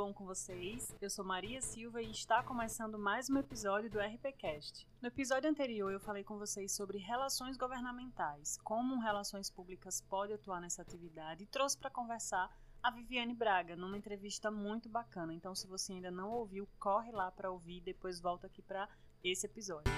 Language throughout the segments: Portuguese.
bom com vocês? Eu sou Maria Silva e está começando mais um episódio do RPCast. No episódio anterior eu falei com vocês sobre relações governamentais, como relações públicas pode atuar nessa atividade e trouxe para conversar a Viviane Braga, numa entrevista muito bacana. Então, se você ainda não ouviu, corre lá para ouvir e depois volta aqui para esse episódio.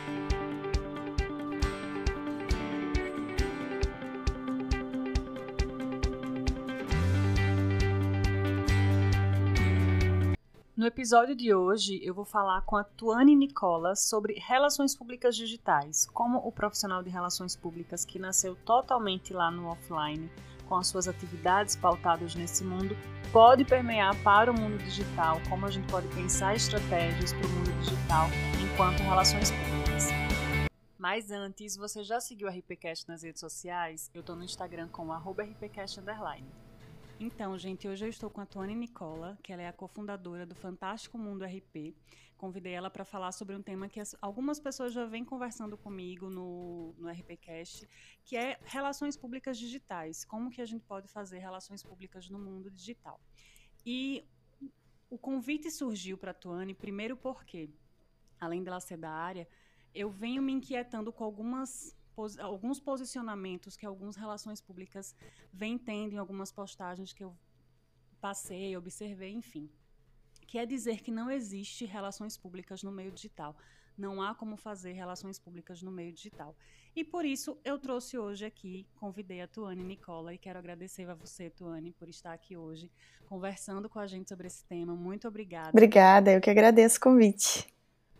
No episódio de hoje, eu vou falar com a Tuane Nicola sobre relações públicas digitais, como o profissional de relações públicas que nasceu totalmente lá no offline, com as suas atividades pautadas nesse mundo, pode permear para o mundo digital, como a gente pode pensar estratégias para o mundo digital enquanto relações públicas. Mas antes, você já seguiu o RPCast nas redes sociais? Eu estou no Instagram com @rpcast_. Então, gente, hoje eu estou com a Tuane Nicola, que ela é a cofundadora do Fantástico Mundo RP. Convidei ela para falar sobre um tema que algumas pessoas já vêm conversando comigo no RPCast, que é relações públicas digitais. Como que a gente pode fazer relações públicas no mundo digital? E o convite surgiu para a Tuane, primeiro porque, além dela ser da área, eu venho me inquietando com alguns posicionamentos que algumas relações públicas vêm tendo em algumas postagens que eu passei, observei, enfim. Quer dizer que não existe relações públicas no meio digital. Não há como fazer relações públicas no meio digital. E por isso eu trouxe hoje aqui, convidei a Tuane Nicola e quero agradecer a você, Tuane, por estar aqui hoje conversando com a gente sobre esse tema. Muito obrigada. Obrigada, eu que agradeço o convite.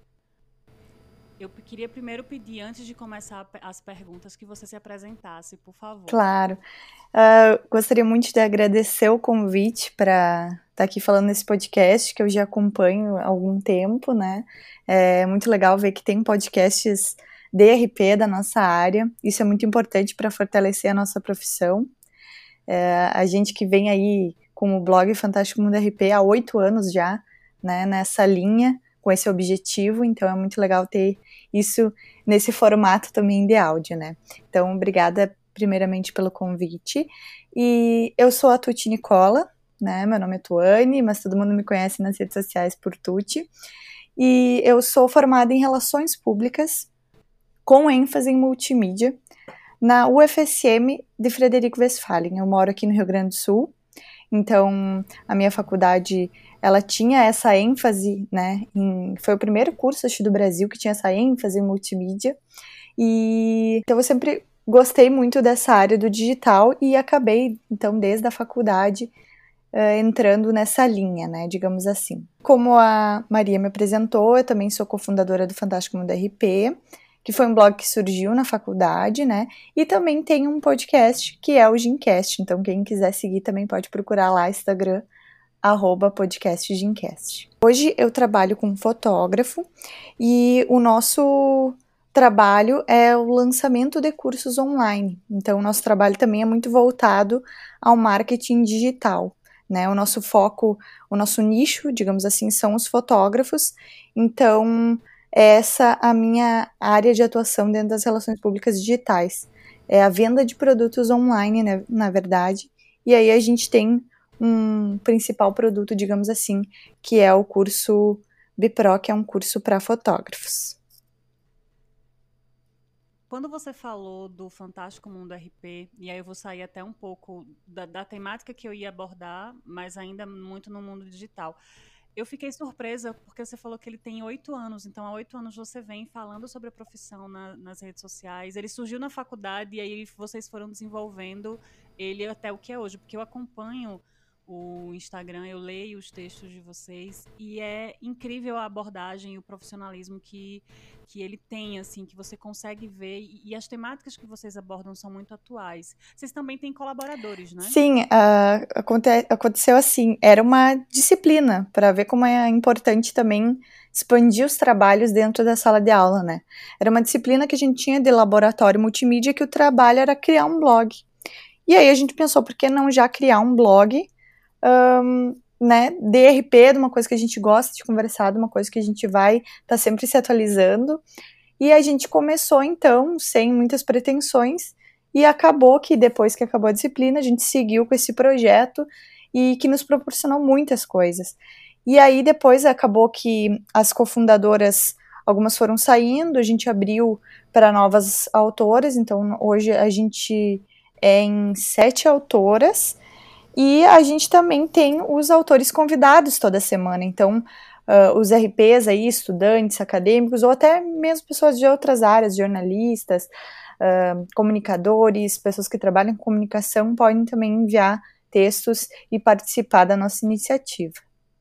Eu queria primeiro pedir, antes de começar as perguntas, que você se apresentasse, por favor. Claro. Gostaria muito de agradecer o convite para estar aqui falando nesse podcast, que eu já acompanho há algum tempo, né? É muito legal ver que tem podcasts de RP da nossa área. Isso é muito importante para fortalecer a nossa profissão. A gente que vem aí com o blog Fantástico Mundo RP há 8 anos já, né, nessa linha, com esse objetivo, então é muito legal ter isso nesse formato também de áudio, né? Então, obrigada primeiramente pelo convite. E eu sou a Tuti Nicola, né? Meu nome é Tuane, mas todo mundo me conhece nas redes sociais por Tuti. E eu sou formada em Relações Públicas, com ênfase em multimídia, na UFSM de Frederico Westphalen. Eu moro aqui no Rio Grande do Sul, então a minha faculdade ela tinha essa ênfase, né, foi o primeiro curso, acho, do Brasil que tinha essa ênfase em multimídia, e então eu sempre gostei muito dessa área do digital e acabei, então, desde a faculdade, entrando nessa linha, né, digamos assim. Como a Maria me apresentou, eu também sou cofundadora do Fantástico Mundo RP, que foi um blog que surgiu na faculdade, né, e também tem um podcast, que é o Gincast, então quem quiser seguir também pode procurar lá, Instagram, @podcastgincast. Hoje eu trabalho com fotógrafo e o nosso trabalho é o lançamento de cursos online. Então, o nosso trabalho também é muito voltado ao marketing digital, né? O nosso foco, o nosso nicho, digamos assim, são os fotógrafos. Então, essa é a minha área de atuação dentro das relações públicas digitais. É a venda de produtos online, né, na verdade. E aí a gente tem um principal produto, digamos assim, que é o curso Bipro, que é um curso para fotógrafos. Quando você falou do Fantástico Mundo RP, e aí eu vou sair até um pouco da temática que eu ia abordar, mas ainda muito no mundo digital, eu fiquei surpresa porque você falou que ele tem 8 anos, então há 8 anos você vem falando sobre a profissão nas redes sociais, ele surgiu na faculdade e aí vocês foram desenvolvendo ele até o que é hoje, porque eu acompanho o Instagram, eu leio os textos de vocês e é incrível a abordagem e o profissionalismo que ele tem, assim, que você consegue ver e as temáticas que vocês abordam são muito atuais. Vocês também têm colaboradores, né? Sim, aconteceu assim, era uma disciplina para ver como é importante também expandir os trabalhos dentro da sala de aula, né? Era uma disciplina que a gente tinha de laboratório multimídia que o trabalho era criar um blog. E aí a gente pensou, por que não já criar um blog, né, DRP, de uma coisa que a gente gosta de conversar, de uma coisa que a gente vai estar sempre se atualizando. E a gente começou, então, sem muitas pretensões, e acabou que, depois que acabou a disciplina, a gente seguiu com esse projeto e que nos proporcionou muitas coisas. E aí depois acabou que as cofundadoras, algumas foram saindo, a gente abriu para novas autoras, então hoje a gente é em 7 autoras, e a gente também tem os autores convidados toda semana, então os RPs aí, estudantes, acadêmicos, ou até mesmo pessoas de outras áreas, jornalistas, comunicadores, pessoas que trabalham com comunicação, podem também enviar textos e participar da nossa iniciativa.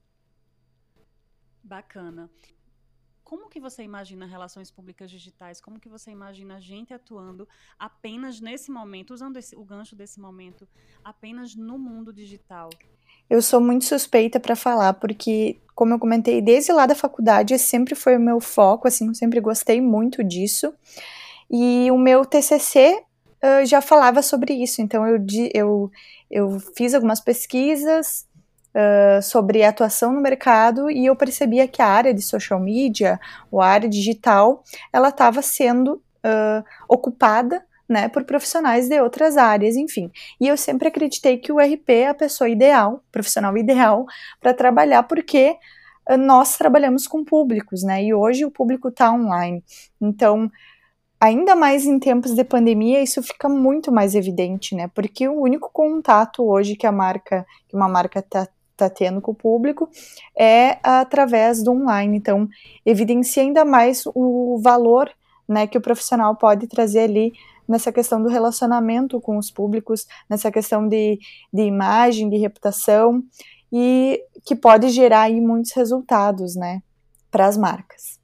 Bacana. Como que você imagina relações públicas digitais? Como que você imagina a gente atuando apenas nesse momento, usando o gancho desse momento, apenas no mundo digital? Eu sou muito suspeita para falar, porque, como eu comentei, desde lá da faculdade, sempre foi o meu foco, assim, eu sempre gostei muito disso. E o meu TCC já falava sobre isso, então eu fiz algumas pesquisas sobre a atuação no mercado e eu percebia que a área de social media, ou a área digital, ela estava sendo ocupada, né, por profissionais de outras áreas, enfim. E eu sempre acreditei que o RP é a pessoa ideal, o profissional ideal para trabalhar, porque nós trabalhamos com públicos, né, e hoje o público está online. Então, ainda mais em tempos de pandemia, isso fica muito mais evidente, né, porque o único contato hoje que uma marca está tendo com o público é através do online. Então, evidencia ainda mais o valor, né, que o profissional pode trazer ali nessa questão do relacionamento com os públicos, nessa questão de imagem, de reputação, e que pode gerar aí muitos resultados, né, para as marcas.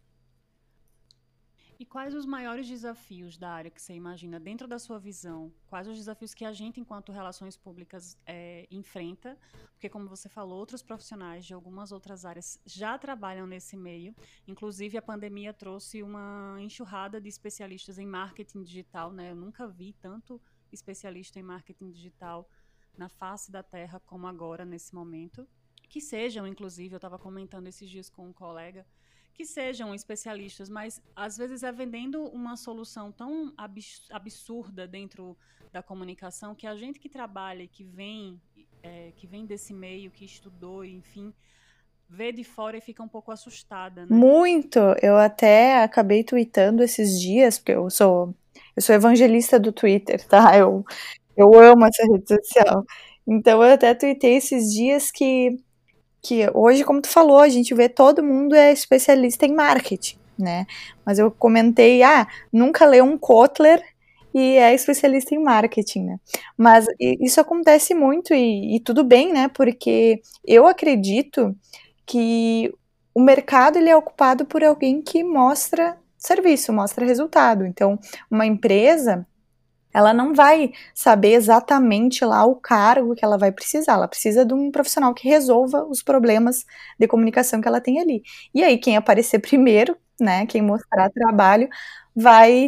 E quais os maiores desafios da área que você imagina, dentro da sua visão? Quais os desafios que a gente, enquanto relações públicas, enfrenta? Porque, como você falou, outros profissionais de algumas outras áreas já trabalham nesse meio. Inclusive, a pandemia trouxe uma enxurrada de especialistas em marketing digital, né? Eu nunca vi tanto especialista em marketing digital na face da terra como agora, nesse momento. Que sejam, inclusive, eu estava comentando esses dias com um colega, que sejam especialistas, mas às vezes é vendendo uma solução tão absurda dentro da comunicação que a gente que trabalha, que vem desse meio, que estudou, enfim, vê de fora e fica um pouco assustada, né? Muito! Eu até acabei tweetando esses dias, porque eu sou evangelista do Twitter, tá? Eu amo essa rede social. Então eu até tuitei esses dias que hoje, como tu falou, a gente vê todo mundo é especialista em marketing, né? Mas eu comentei, nunca leu um Kotler e é especialista em marketing, né? Mas isso acontece muito e tudo bem, né? Porque eu acredito que o mercado ele é ocupado por alguém que mostra serviço, mostra resultado. Então, uma empresa ela não vai saber exatamente lá o cargo que ela vai precisar. Ela precisa de um profissional que resolva os problemas de comunicação que ela tem ali. E aí, quem aparecer primeiro, né, quem mostrar trabalho, vai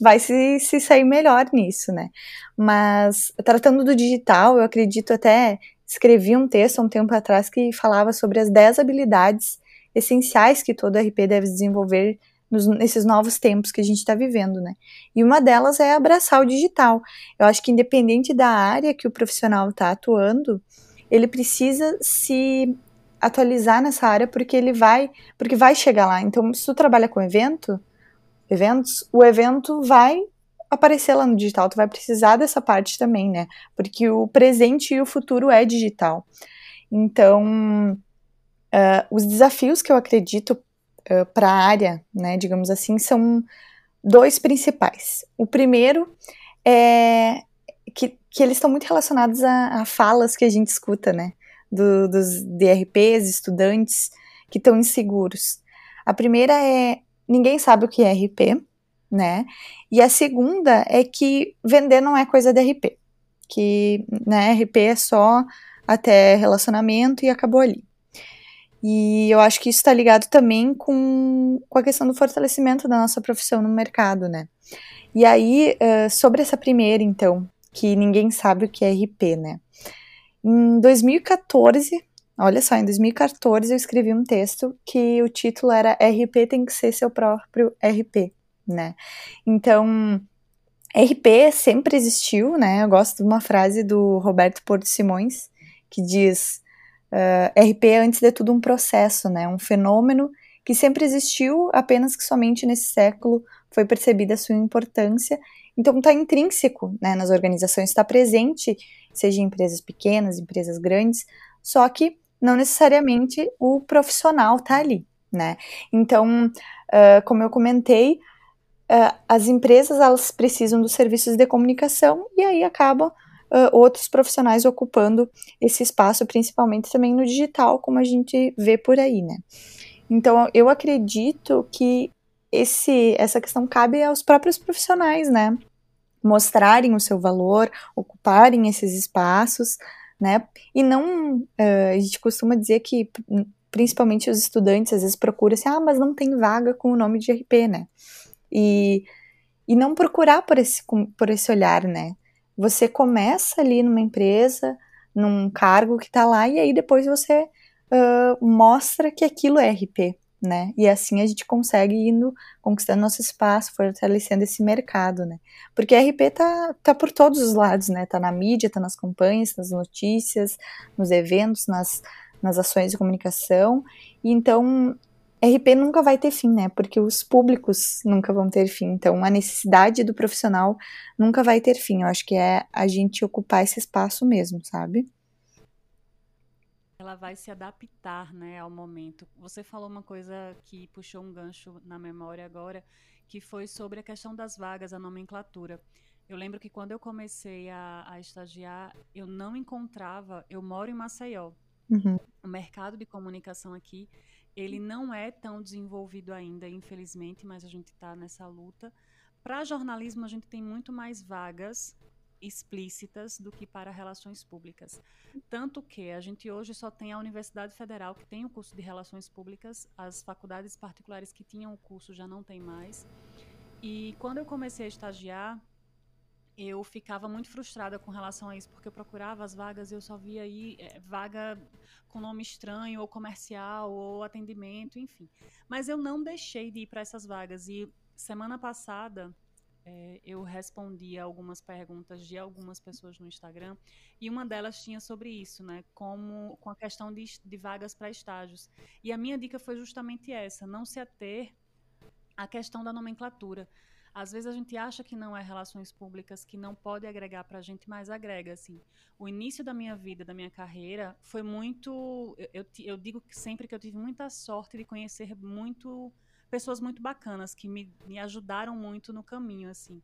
se sair melhor nisso, né. Mas, tratando do digital, eu acredito até, escrevi um texto há um tempo atrás que falava sobre as 10 habilidades essenciais que todo RP deve desenvolver nesses novos tempos que a gente está vivendo, né? E uma delas é abraçar o digital. Eu acho que independente da área que o profissional está atuando, ele precisa se atualizar nessa área porque vai chegar lá. Então, se tu trabalha com eventos, o evento vai aparecer lá no digital, tu vai precisar dessa parte também, né? Porque o presente e o futuro é digital. Então, os desafios que eu acredito para a área, né, digamos assim, são 2 principais. O primeiro é que eles estão muito relacionados a falas que a gente escuta, né, dos DRPs, estudantes que estão inseguros. A primeira é, ninguém sabe o que é RP, né, e a segunda é que vender não é coisa de RP, que, né, RP é só até relacionamento e acabou ali. E eu acho que isso está ligado também com a questão do fortalecimento da nossa profissão no mercado, né? E aí, sobre essa primeira, então, que ninguém sabe o que é RP, né? Em 2014, olha só, em 2014 eu escrevi um texto que o título era RP tem que ser seu próprio RP, né? Então, RP sempre existiu, né? Eu gosto de uma frase do Roberto Porto Simões, que diz: RP é, antes de tudo, um processo, né? Um fenômeno que sempre existiu, apenas que somente nesse século foi percebida a sua importância. Então, está intrínseco, né, nas organizações, está presente, seja em empresas pequenas, empresas grandes, só que não necessariamente o profissional está ali, né? Então, como eu comentei, as empresas, elas precisam dos serviços de comunicação e aí acabam outros profissionais ocupando esse espaço, principalmente também no digital, como a gente vê por aí, né? Então, eu acredito que essa questão cabe aos próprios profissionais, né? Mostrarem o seu valor, ocuparem esses espaços, né? E não, a gente costuma dizer que, principalmente os estudantes, às vezes procuram assim, mas não tem vaga com o nome de RP, né? E não procurar por esse olhar, né? Você começa ali numa empresa, num cargo que tá lá, e aí depois você mostra que aquilo é RP, né? E assim a gente consegue indo, conquistando nosso espaço, fortalecendo esse mercado, né? Porque RP tá por todos os lados, né? Tá na mídia, tá nas campanhas, nas notícias, nos eventos, nas ações de comunicação. E então, RP nunca vai ter fim, né? Porque os públicos nunca vão ter fim. Então, a necessidade do profissional nunca vai ter fim. Eu acho que é a gente ocupar esse espaço mesmo, sabe? Ela vai se adaptar, né, ao momento. Você falou uma coisa que puxou um gancho na memória agora, que foi sobre a questão das vagas, a nomenclatura. Eu lembro que quando eu comecei a estagiar, eu não encontrava. Eu moro em Maceió. Uhum. O mercado de comunicação aqui, ele não é tão desenvolvido ainda, infelizmente, mas a gente está nessa luta. Para jornalismo, a gente tem muito mais vagas explícitas do que para relações públicas. Tanto que a gente hoje só tem a Universidade Federal, que tem o curso de relações públicas, as faculdades particulares que tinham o curso já não tem mais. E quando eu comecei a estagiar, eu ficava muito frustrada com relação a isso, porque eu procurava as vagas e eu só via aí vaga com nome estranho, ou comercial, ou atendimento, enfim. Mas eu não deixei de ir para essas vagas. E semana passada eu respondi a algumas perguntas de algumas pessoas no Instagram, e uma delas tinha sobre isso, né? Com a questão de vagas para estágios. E a minha dica foi justamente essa: não se ater à questão da nomenclatura. Às vezes a gente acha que não é relações públicas, que não pode agregar para a gente, mas agrega, assim. O início da minha vida, da minha carreira, foi muito... Eu digo sempre que eu tive muita sorte de conhecer pessoas muito bacanas, que me ajudaram muito no caminho, assim.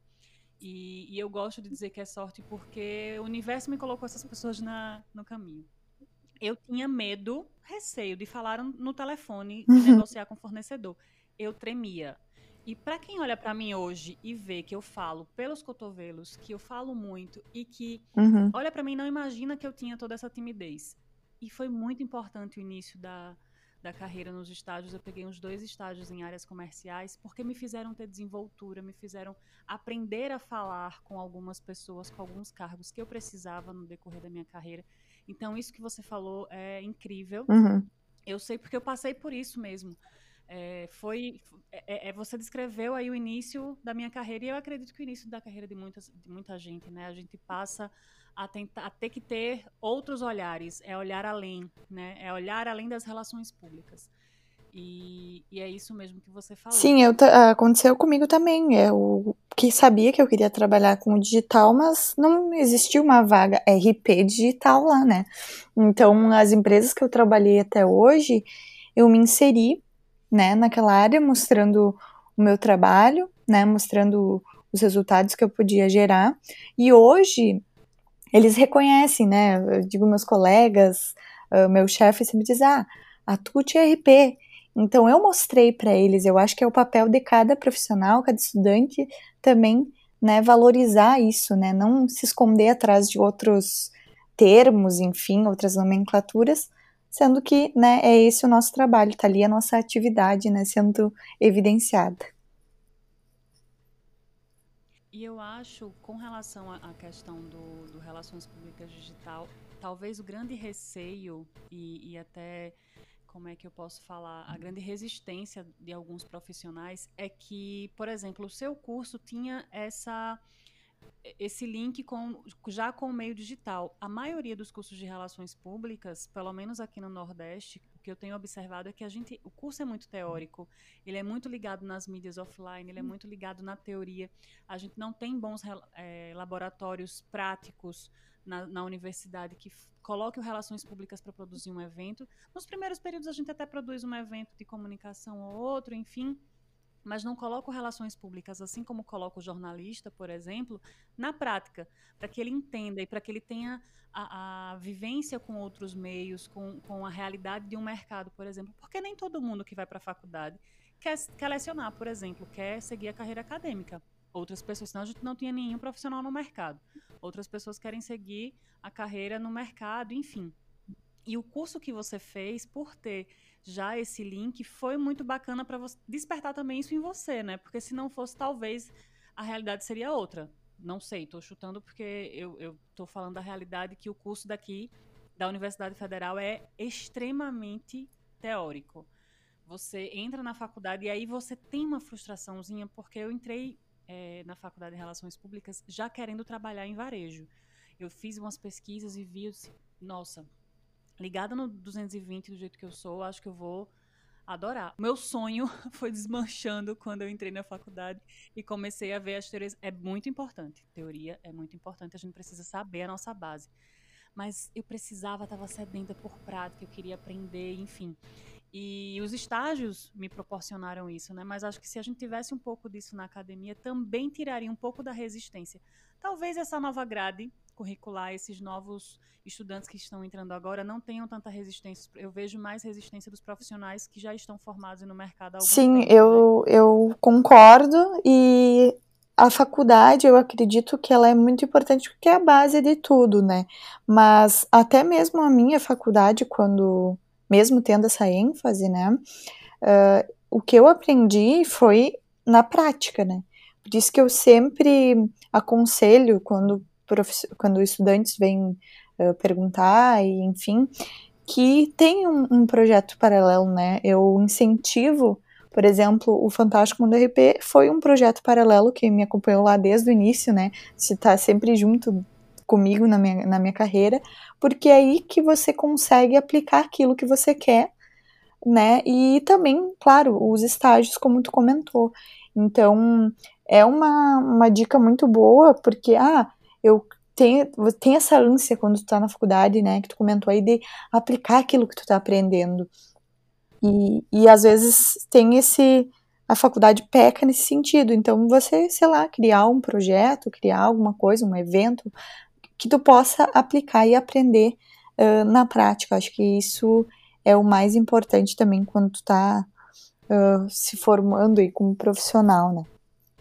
E eu gosto de dizer que é sorte porque o universo me colocou essas pessoas no caminho. Eu tinha medo, receio de falar no telefone e negociar com o fornecedor. Eu tremia. E para quem olha para mim hoje e vê que eu falo pelos cotovelos, que eu falo muito e que Uhum. olha para mim não imagina que eu tinha toda essa timidez. E foi muito importante o início da carreira nos estágios. Eu peguei uns 2 estágios em áreas comerciais porque me fizeram ter desenvoltura, me fizeram aprender a falar com algumas pessoas, com alguns cargos que eu precisava no decorrer da minha carreira. Então, isso que você falou é incrível. Uhum. Eu sei porque eu passei por isso mesmo. Você descreveu aí o início da minha carreira, e eu acredito que o início da carreira de muita gente, né? A gente passa a ter que ter outros olhares, é olhar além, né? É olhar além das relações públicas. E é isso mesmo que você falou. Sim, aconteceu comigo também. Eu que sabia que eu queria trabalhar com o digital, mas não existia uma vaga RP digital lá, né? Então, as empresas que eu trabalhei até hoje, eu me inseri, né, naquela área, mostrando o meu trabalho, né, mostrando os resultados que eu podia gerar. E hoje, eles reconhecem, né? Eu digo, meus colegas, meu chefe sempre diz, a Tuti é RP. Então eu mostrei para eles, eu acho que é o papel de cada profissional, cada estudante também, né, valorizar isso, né, não se esconder atrás de outros termos, enfim, outras nomenclaturas, sendo que, né, é esse o nosso trabalho, tá ali a nossa atividade, né, sendo evidenciada. E eu acho, com relação à questão do Relações Públicas Digital, talvez o grande receio e até, como é que eu posso falar, a grande resistência de alguns profissionais é que, por exemplo, o seu curso tinha esse link já com o meio digital. A maioria dos cursos de relações públicas, pelo menos aqui no Nordeste, o que eu tenho observado é que o curso é muito teórico, ele é muito ligado nas mídias offline, ele é muito ligado na teoria. A gente não tem bons laboratórios práticos na universidade que coloquem relações públicas para produzir um evento. Nos primeiros períodos a gente até produz um evento de comunicação ou outro, enfim, mas não coloco relações públicas, assim como coloco o jornalista, por exemplo, na prática, para que ele entenda e para que ele tenha a vivência com outros meios, com a realidade de um mercado, por exemplo. Porque nem todo mundo que vai para a faculdade quer lecionar, por exemplo, quer seguir a carreira acadêmica. Outras pessoas, senão a gente não tinha nenhum profissional no mercado. Outras pessoas querem seguir a carreira no mercado, enfim. E o curso que você fez, por ter já esse link, foi muito bacana para você despertar também isso em você, né? Porque se não fosse, talvez a realidade seria outra. Não sei, estou chutando porque eu estou falando da realidade que o curso daqui, da Universidade Federal, é extremamente teórico. Você entra na faculdade e aí você tem uma frustraçãozinha, porque eu entrei na Faculdade de Relações Públicas já querendo trabalhar em varejo. Eu fiz umas pesquisas e vi, eu disse, nossa, ligada no 220 do jeito que eu sou, acho que eu vou adorar. Meu sonho foi desmanchando quando eu entrei na faculdade e comecei a ver as teorias. É muito importante, teoria é muito importante, a gente precisa saber a nossa base. Mas eu precisava, estava sedenta por prática, eu queria aprender, enfim. E os estágios me proporcionaram isso, né? Mas acho que se a gente tivesse um pouco disso na academia, também tiraria um pouco da resistência. Talvez essa nova grade curricular, esses novos estudantes que estão entrando agora, não tenham tanta resistência. Eu vejo mais resistência dos profissionais que já estão formados no mercado há algum Sim, tempo, né? eu concordo, e a faculdade, eu acredito que ela é muito importante porque é a base de tudo, né? Mas até mesmo a minha faculdade, quando, mesmo tendo essa ênfase, né? O que eu aprendi foi na prática, né? Por isso que eu sempre aconselho quando estudantes vêm perguntar, e enfim, que tem um projeto paralelo, né? Eu incentivo, por exemplo, o Fantástico Mundo RP foi um projeto paralelo que me acompanhou lá desde o início, né? Se tá sempre junto comigo na minha carreira, porque é aí que você consegue aplicar aquilo que você quer, né? E também, claro, os estágios, como tu comentou. Então, é uma dica muito boa, porque, eu tem essa ânsia quando tu tá na faculdade, né, que tu comentou aí, de aplicar aquilo que tu tá aprendendo. E às vezes a faculdade peca nesse sentido. Então, você, sei lá, criar um projeto, criar alguma coisa, um evento, que tu possa aplicar e aprender na prática. Acho que isso é o mais importante também quando tu tá se formando aí como profissional, né?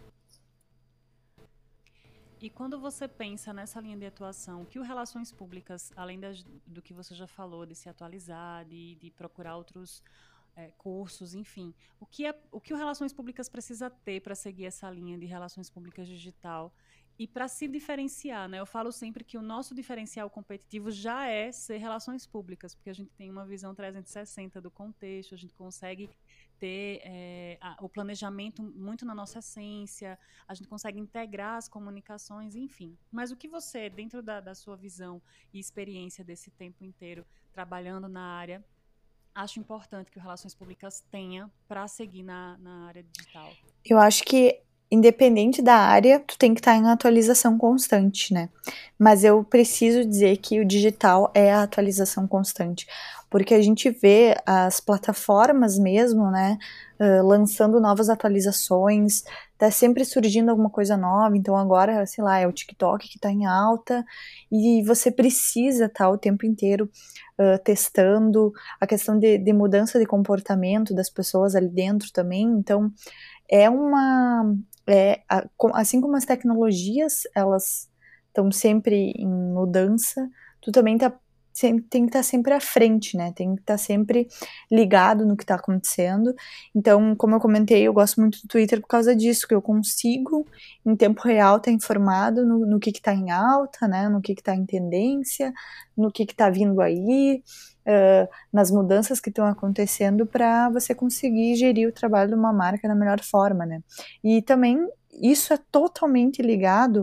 E quando você pensa nessa linha de atuação, que o Relações Públicas, além do que você já falou, de se atualizar, de procurar outros cursos, enfim, o que o Relações Públicas precisa ter para seguir essa linha de Relações Públicas digital e para se diferenciar, né? Eu falo sempre que o nosso diferencial competitivo já é ser relações públicas, porque a gente tem uma visão 360 do contexto, a gente consegue ter o planejamento muito na nossa essência, a gente consegue integrar as comunicações, enfim. Mas o que você, dentro da sua visão e experiência desse tempo inteiro trabalhando na área, acha importante que o Relações Públicas tenha para seguir na área digital? Eu acho que, independente da área, tu tem que estar em atualização constante, né? Mas eu preciso dizer que o digital é a atualização constante, porque a gente vê as plataformas mesmo, né, lançando novas atualizações, tá sempre surgindo alguma coisa nova. Então agora, sei lá, é o TikTok que tá em alta, e você precisa estar o tempo inteiro testando a questão de mudança de comportamento das pessoas ali dentro também. Então é uma assim como as tecnologias, elas estão sempre em mudança, tu também tem que estar sempre à frente, né? Tem que estar sempre ligado no que está acontecendo. Então, como eu comentei, eu gosto muito do Twitter por causa disso, que eu consigo, em tempo real, estar informado no que está em alta, né? No que está em tendência, no que está vindo aí, nas mudanças que estão acontecendo, para você conseguir gerir o trabalho de uma marca da melhor forma, né? E também isso é totalmente ligado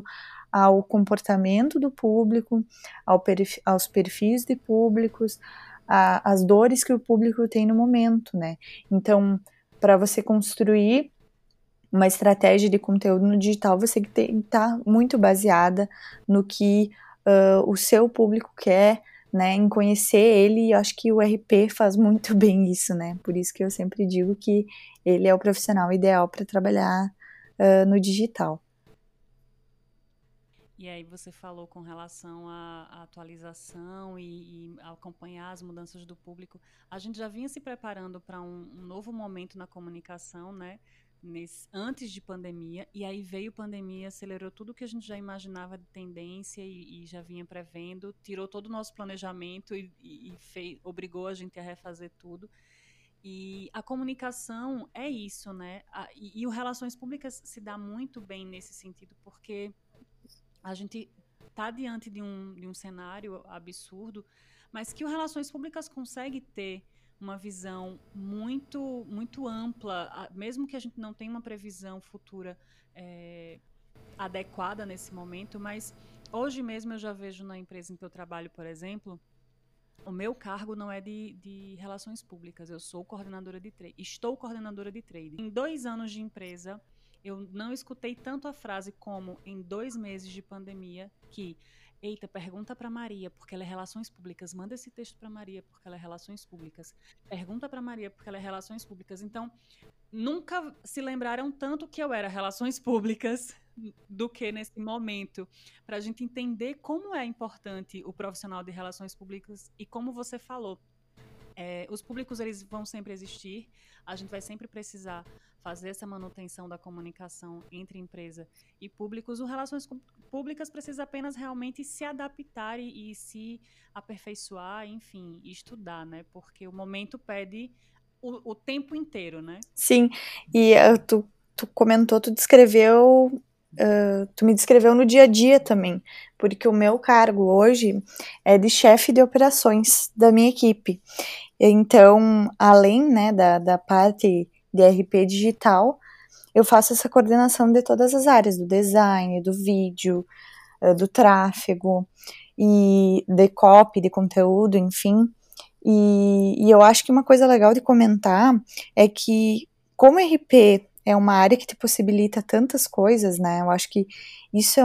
ao comportamento do público, aos perfis de públicos, às dores que o público tem no momento, né? Então, para você construir uma estratégia de conteúdo no digital, você tem que estar muito baseada no que o seu público quer, né, em conhecer ele, e eu acho que o RP faz muito bem isso, né? Por isso que eu sempre digo que ele é o profissional ideal para trabalhar no digital. E aí você falou com relação à atualização e acompanhar as mudanças do público. A gente já vinha se preparando para um novo momento na comunicação, né? Antes de pandemia, e aí veio pandemia, acelerou tudo que a gente já imaginava de tendência e já vinha prevendo, tirou todo o nosso planejamento e obrigou a gente a refazer tudo. E a comunicação é isso, né? E o Relações Públicas se dá muito bem nesse sentido, porque a gente está diante de um cenário absurdo, mas que o Relações Públicas consegue ter uma visão muito, muito ampla, mesmo que a gente não tenha uma previsão futura adequada nesse momento, mas hoje mesmo eu já vejo na empresa em que eu trabalho, por exemplo, o meu cargo não é de relações públicas, eu sou coordenadora de trade, estou coordenadora de trade. Em 2 anos de empresa, eu não escutei tanto a frase como em 2 meses de pandemia que, eita, pergunta para Maria porque ela é relações públicas, manda esse texto para Maria porque ela é relações públicas, pergunta para Maria porque ela é relações públicas. Então, nunca se lembraram tanto que eu era relações públicas do que nesse momento, para a gente entender como é importante o profissional de relações públicas e como você falou, os públicos eles vão sempre existir, a gente vai sempre precisar fazer essa manutenção da comunicação entre empresa e públicos. O Relações Públicas precisa apenas realmente se adaptar e se aperfeiçoar, enfim, estudar, né? Porque o momento pede o tempo inteiro, né? Sim, e tu comentou, tu me descreveu no dia a dia também, porque o meu cargo hoje é de chefe de operações da minha equipe. Então, além, né, da parte de RP digital, eu faço essa coordenação de todas as áreas, do design, do vídeo, do tráfego, e de copy, de conteúdo, enfim. E eu acho que uma coisa legal de comentar é que, como RP é uma área que te possibilita tantas coisas, né? Eu acho que isso é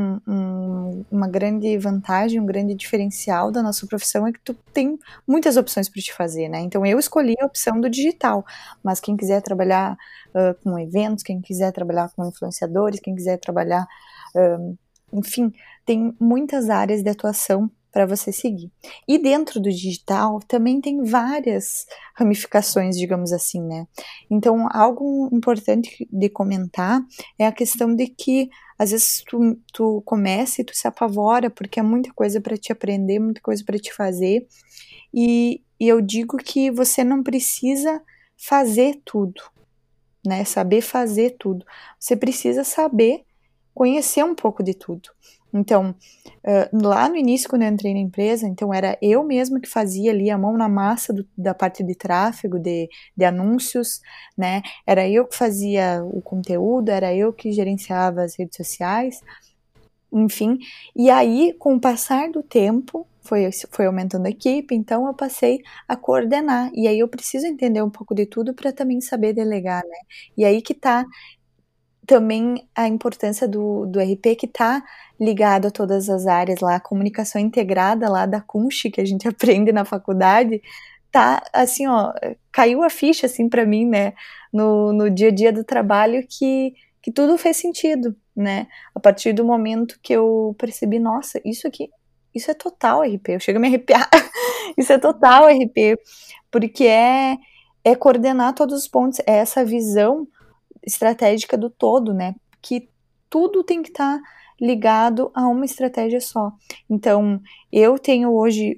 uma grande vantagem, um grande diferencial da nossa profissão, é que tu tem muitas opções para te fazer, né? Então, eu escolhi a opção do digital, mas quem quiser trabalhar com eventos, quem quiser trabalhar com influenciadores, quem quiser trabalhar, enfim, tem muitas áreas de atuação para você seguir. E dentro do digital também tem várias ramificações, digamos assim, né? Então, algo importante de comentar é a questão de que às vezes tu começa e tu se apavora porque é muita coisa para te aprender, muita coisa para te fazer. E eu digo que você não precisa fazer tudo, né? Saber fazer tudo. Você precisa saber conhecer um pouco de tudo. Então, lá no início, quando eu entrei na empresa, então era eu mesma que fazia ali a mão na massa da parte de tráfego, de anúncios, né? Era eu que fazia o conteúdo, era eu que gerenciava as redes sociais, enfim. E aí, com o passar do tempo, foi aumentando a equipe, então eu passei a coordenar. E aí eu preciso entender um pouco de tudo para também saber delegar, né? E aí que tá também a importância do RP, que está ligado a todas as áreas lá, a comunicação integrada lá da Kunsch, que a gente aprende na faculdade, tá assim, ó, caiu a ficha assim para mim, né, no dia a dia do trabalho, que tudo fez sentido, né, a partir do momento que eu percebi, nossa, isso é total RP, eu chego a me arrepiar, isso é total RP, porque é coordenar todos os pontos, é essa visão estratégica do todo, né? Que tudo tem que estar ligado a uma estratégia só. Então, eu tenho hoje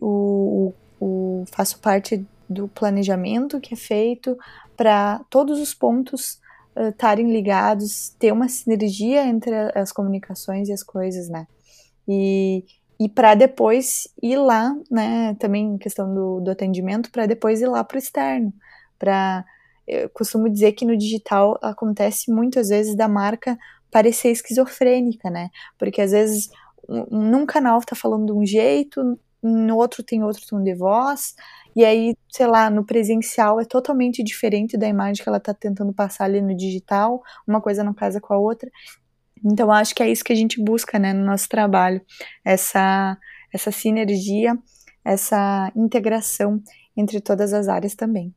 faço parte do planejamento que é feito para todos os pontos estarem ligados, ter uma sinergia entre as comunicações e as coisas, né? E para depois ir lá, né? Também questão do atendimento, para depois ir lá para o externo, eu costumo dizer que no digital acontece muitas vezes da marca parecer esquizofrênica, né? Porque às vezes num canal tá falando de um jeito, no outro tem outro tom de voz, e aí, sei lá, no presencial é totalmente diferente da imagem que ela tá tentando passar ali no digital, uma coisa não casa com a outra. Então, acho que é isso que a gente busca, né, no nosso trabalho, essa sinergia, essa integração entre todas as áreas também.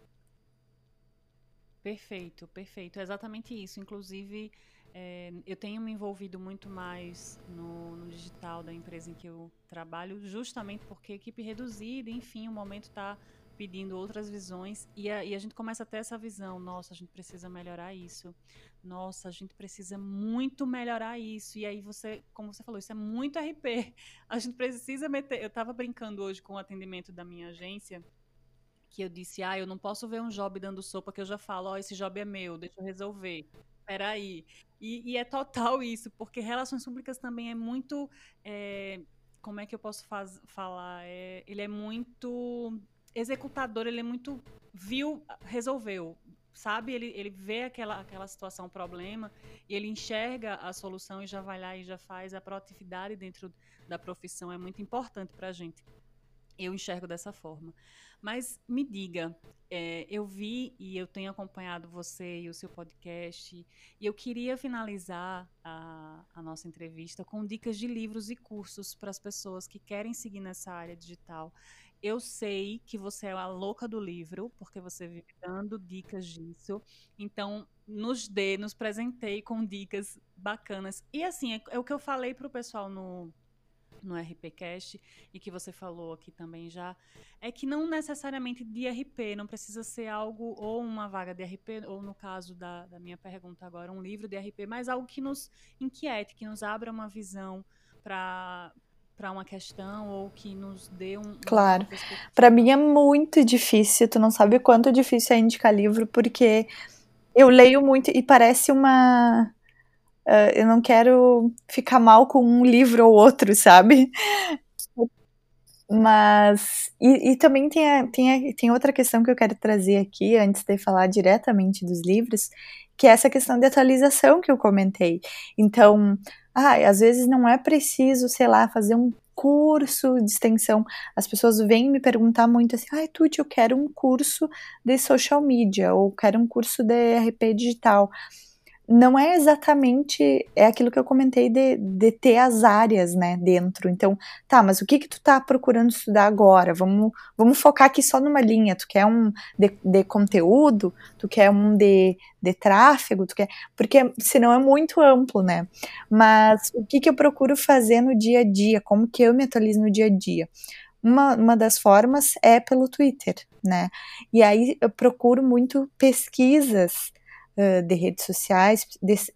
Perfeito, perfeito. É exatamente isso. Inclusive, eu tenho me envolvido muito mais no digital da empresa em que eu trabalho, justamente porque a equipe reduzida, enfim, o momento está pedindo outras visões e a gente começa a ter essa visão. Nossa, a gente precisa melhorar isso. Nossa, a gente precisa muito melhorar isso. E aí você, como você falou, isso é muito RP. A gente precisa meter. Eu estava brincando hoje com o atendimento da minha agência, que eu disse, eu não posso ver um job dando sopa que eu já falo, esse job é meu, deixa eu resolver. Peraí. E é total isso, porque relações públicas também é muito, como é que eu posso falar? Ele é muito executador, ele é muito viu, resolveu, sabe? Ele vê aquela situação, problema, e ele enxerga a solução e já vai lá e já faz. A proatividade dentro da profissão é muito importante para a gente. Eu enxergo dessa forma. Mas me diga, eu vi e eu tenho acompanhado você e o seu podcast, e eu queria finalizar a nossa entrevista com dicas de livros e cursos para as pessoas que querem seguir nessa área digital. Eu sei que você é a louca do livro, porque você vive dando dicas disso. Então, nos presenteie com dicas bacanas. E assim, é o que eu falei para o pessoal no RPcast, e que você falou aqui também já, é que não necessariamente de RP, não precisa ser algo, ou uma vaga de RP, ou no caso da minha pergunta agora, um livro de RP, mas algo que nos inquiete, que nos abra uma visão para uma questão, ou que nos dê uma nova Claro. perspectiva. Para mim é muito difícil, tu não sabe o quanto difícil é indicar livro, porque eu leio muito e parece uma... eu não quero ficar mal com um livro ou outro, sabe? Mas... E também tem outra questão que eu quero trazer aqui, antes de falar diretamente dos livros, que é essa questão de atualização que eu comentei. Então, às vezes não é preciso, sei lá, fazer um curso de extensão. As pessoas vêm me perguntar muito assim, Tuti, eu quero um curso de social media, ou quero um curso de RP digital. Não é exatamente, é aquilo que eu comentei de ter as áreas, né, dentro. Então, mas o que tu tá procurando estudar agora? Vamos focar aqui só numa linha. Tu quer um de conteúdo? Tu quer um de tráfego? Tu quer... Porque senão é muito amplo, né? Mas o que eu procuro fazer no dia a dia? Como que eu me atualizo no dia a dia? Uma das formas é pelo Twitter, né? E aí eu procuro muito pesquisas de redes sociais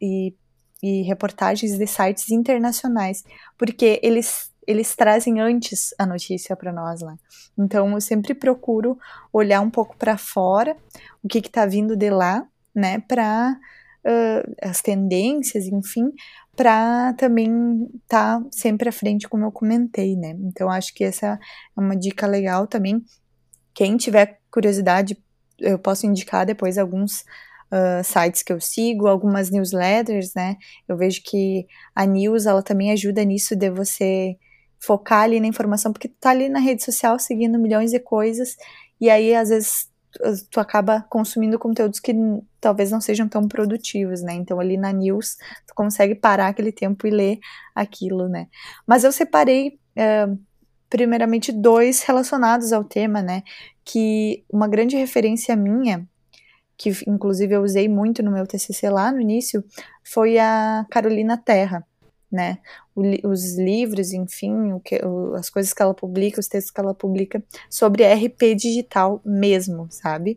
e reportagens de sites internacionais, porque eles trazem antes a notícia para nós lá. Então eu sempre procuro olhar um pouco para fora, o que está vindo de lá, né, para as tendências, enfim, para também estar sempre à frente, como eu comentei, né. Então acho que essa é uma dica legal também. Quem tiver curiosidade, eu posso indicar depois alguns sites que eu sigo, algumas newsletters, né? Eu vejo que a news, ela também ajuda nisso de você focar ali na informação, porque tu tá ali na rede social seguindo milhões de coisas, e aí às vezes tu acaba consumindo conteúdos que talvez não sejam tão produtivos, né? Então ali na news tu consegue parar aquele tempo e ler aquilo, né? Mas eu separei primeiramente 2 relacionados ao tema, né? Que uma grande referência minha, que inclusive eu usei muito no meu TCC lá no início, foi a Carolina Terra, né? Os livros, enfim, as coisas que ela publica, os textos que ela publica sobre RP digital mesmo, sabe?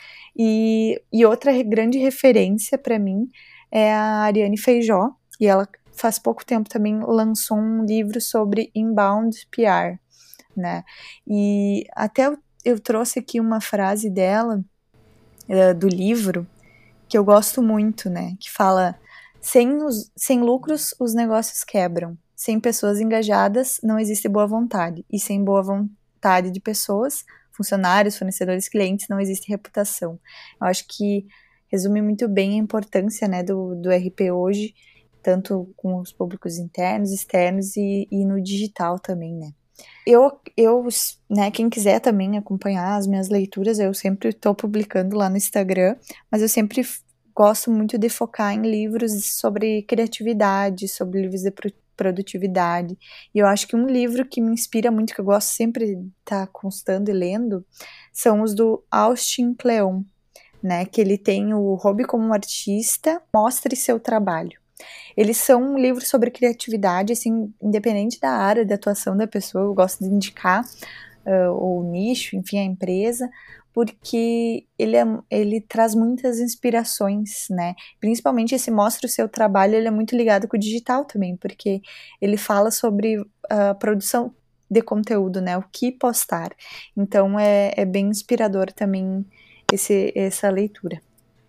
E outra grande referência para mim é a Ariane Feijó, e ela faz pouco tempo também lançou um livro sobre inbound PR, né? E até eu trouxe aqui uma frase dela, do livro, que eu gosto muito, né? Que fala: sem lucros, os negócios quebram. Sem pessoas engajadas, não existe boa vontade. E sem boa vontade de pessoas, funcionários, fornecedores, clientes, não existe reputação. Eu acho que resume muito bem a importância, né, do RP hoje, tanto com os públicos internos, externos e no digital também, né. Né, quem quiser também acompanhar as minhas leituras, eu sempre estou publicando lá no Instagram, mas eu sempre gosto muito de focar em livros sobre criatividade, sobre livros de produtividade. E eu acho que um livro que me inspira muito, que eu gosto sempre de estar constando e lendo, são os do Austin Kleon, né? Que ele tem o Hobby como Artista, Mostre Seu Trabalho. Eles são um livro sobre criatividade, assim, independente da área de atuação da pessoa, eu gosto de indicar o nicho, enfim, a empresa, porque ele traz muitas inspirações, né? Principalmente esse Mostra o Seu Trabalho, ele é muito ligado com o digital também, porque ele fala sobre a produção de conteúdo, né? O que postar. Então, é bem inspirador também essa leitura.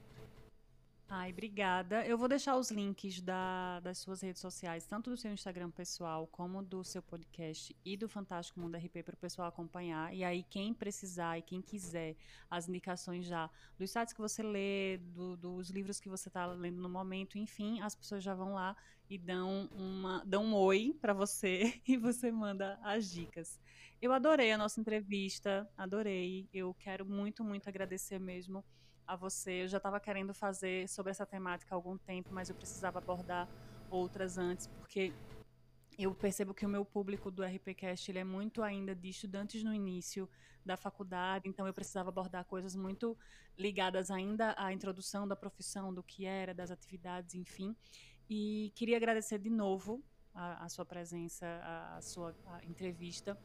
Ai, obrigada. Eu vou deixar os links das suas redes sociais, tanto do seu Instagram pessoal, como do seu podcast e do Fantástico Mundo RP para o pessoal acompanhar. E aí, quem precisar e quem quiser as indicações já dos sites que você lê, dos livros que você está lendo no momento, enfim, as pessoas já vão lá e dão um oi para você e você manda as dicas. Eu adorei a nossa entrevista, adorei. Eu quero muito, muito agradecer mesmo a você. Eu já estava querendo fazer sobre essa temática há algum tempo, mas eu precisava abordar outras antes, porque eu percebo que o meu público do RPCast ele é muito ainda de estudantes no início da faculdade, então eu precisava abordar coisas muito ligadas ainda à introdução da profissão, do que era, das atividades, enfim. E queria agradecer de novo a sua presença, a sua entrevista.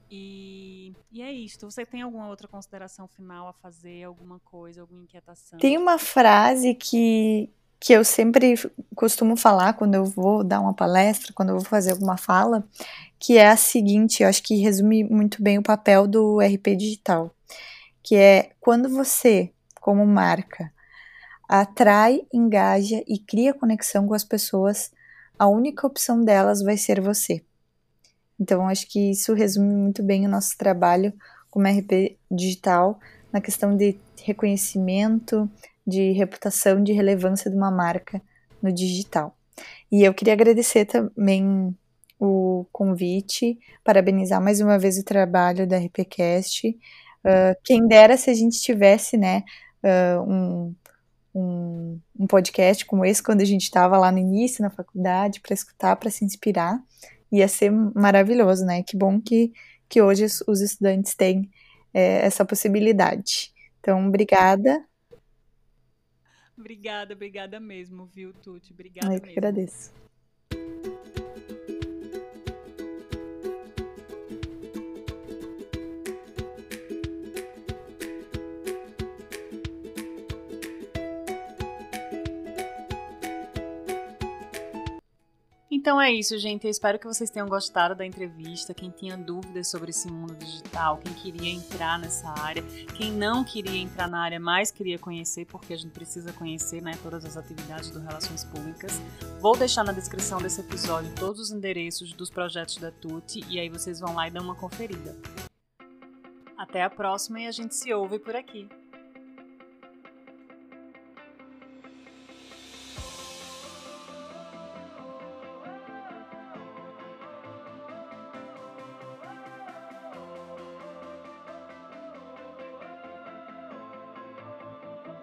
E é isto. Você tem alguma outra consideração final a fazer? Alguma coisa, alguma inquietação? Tem uma frase que eu sempre costumo falar quando eu vou dar uma palestra, quando eu vou fazer alguma fala, que é a seguinte, eu acho que resume muito bem o papel do RP digital, que é quando você, como marca, atrai, engaja e cria conexão com as pessoas, a única opção delas vai ser você. Então, acho que isso resume muito bem o nosso trabalho como RP digital na questão de reconhecimento, de reputação, de relevância de uma marca no digital. E eu queria agradecer também o convite, parabenizar mais uma vez o trabalho da RPCast. Quem dera se a gente tivesse, né, um podcast como esse quando a gente estava lá no início, na faculdade, para escutar, para se inspirar. Ia ser maravilhoso, né? Que bom que hoje os estudantes têm essa possibilidade. Então, obrigada. Obrigada mesmo, viu, Tuti? Obrigada Eu que mesmo. agradeço. Então é isso, gente. Eu espero que vocês tenham gostado da entrevista. Quem tinha dúvidas sobre esse mundo digital, quem queria entrar nessa área, quem não queria entrar na área, mas queria conhecer, porque a gente precisa conhecer, né, todas as atividades do Relações Públicas. Vou deixar na descrição desse episódio todos os endereços dos projetos da Tuti e aí vocês vão lá e dão uma conferida. Até a próxima e a gente se ouve por aqui.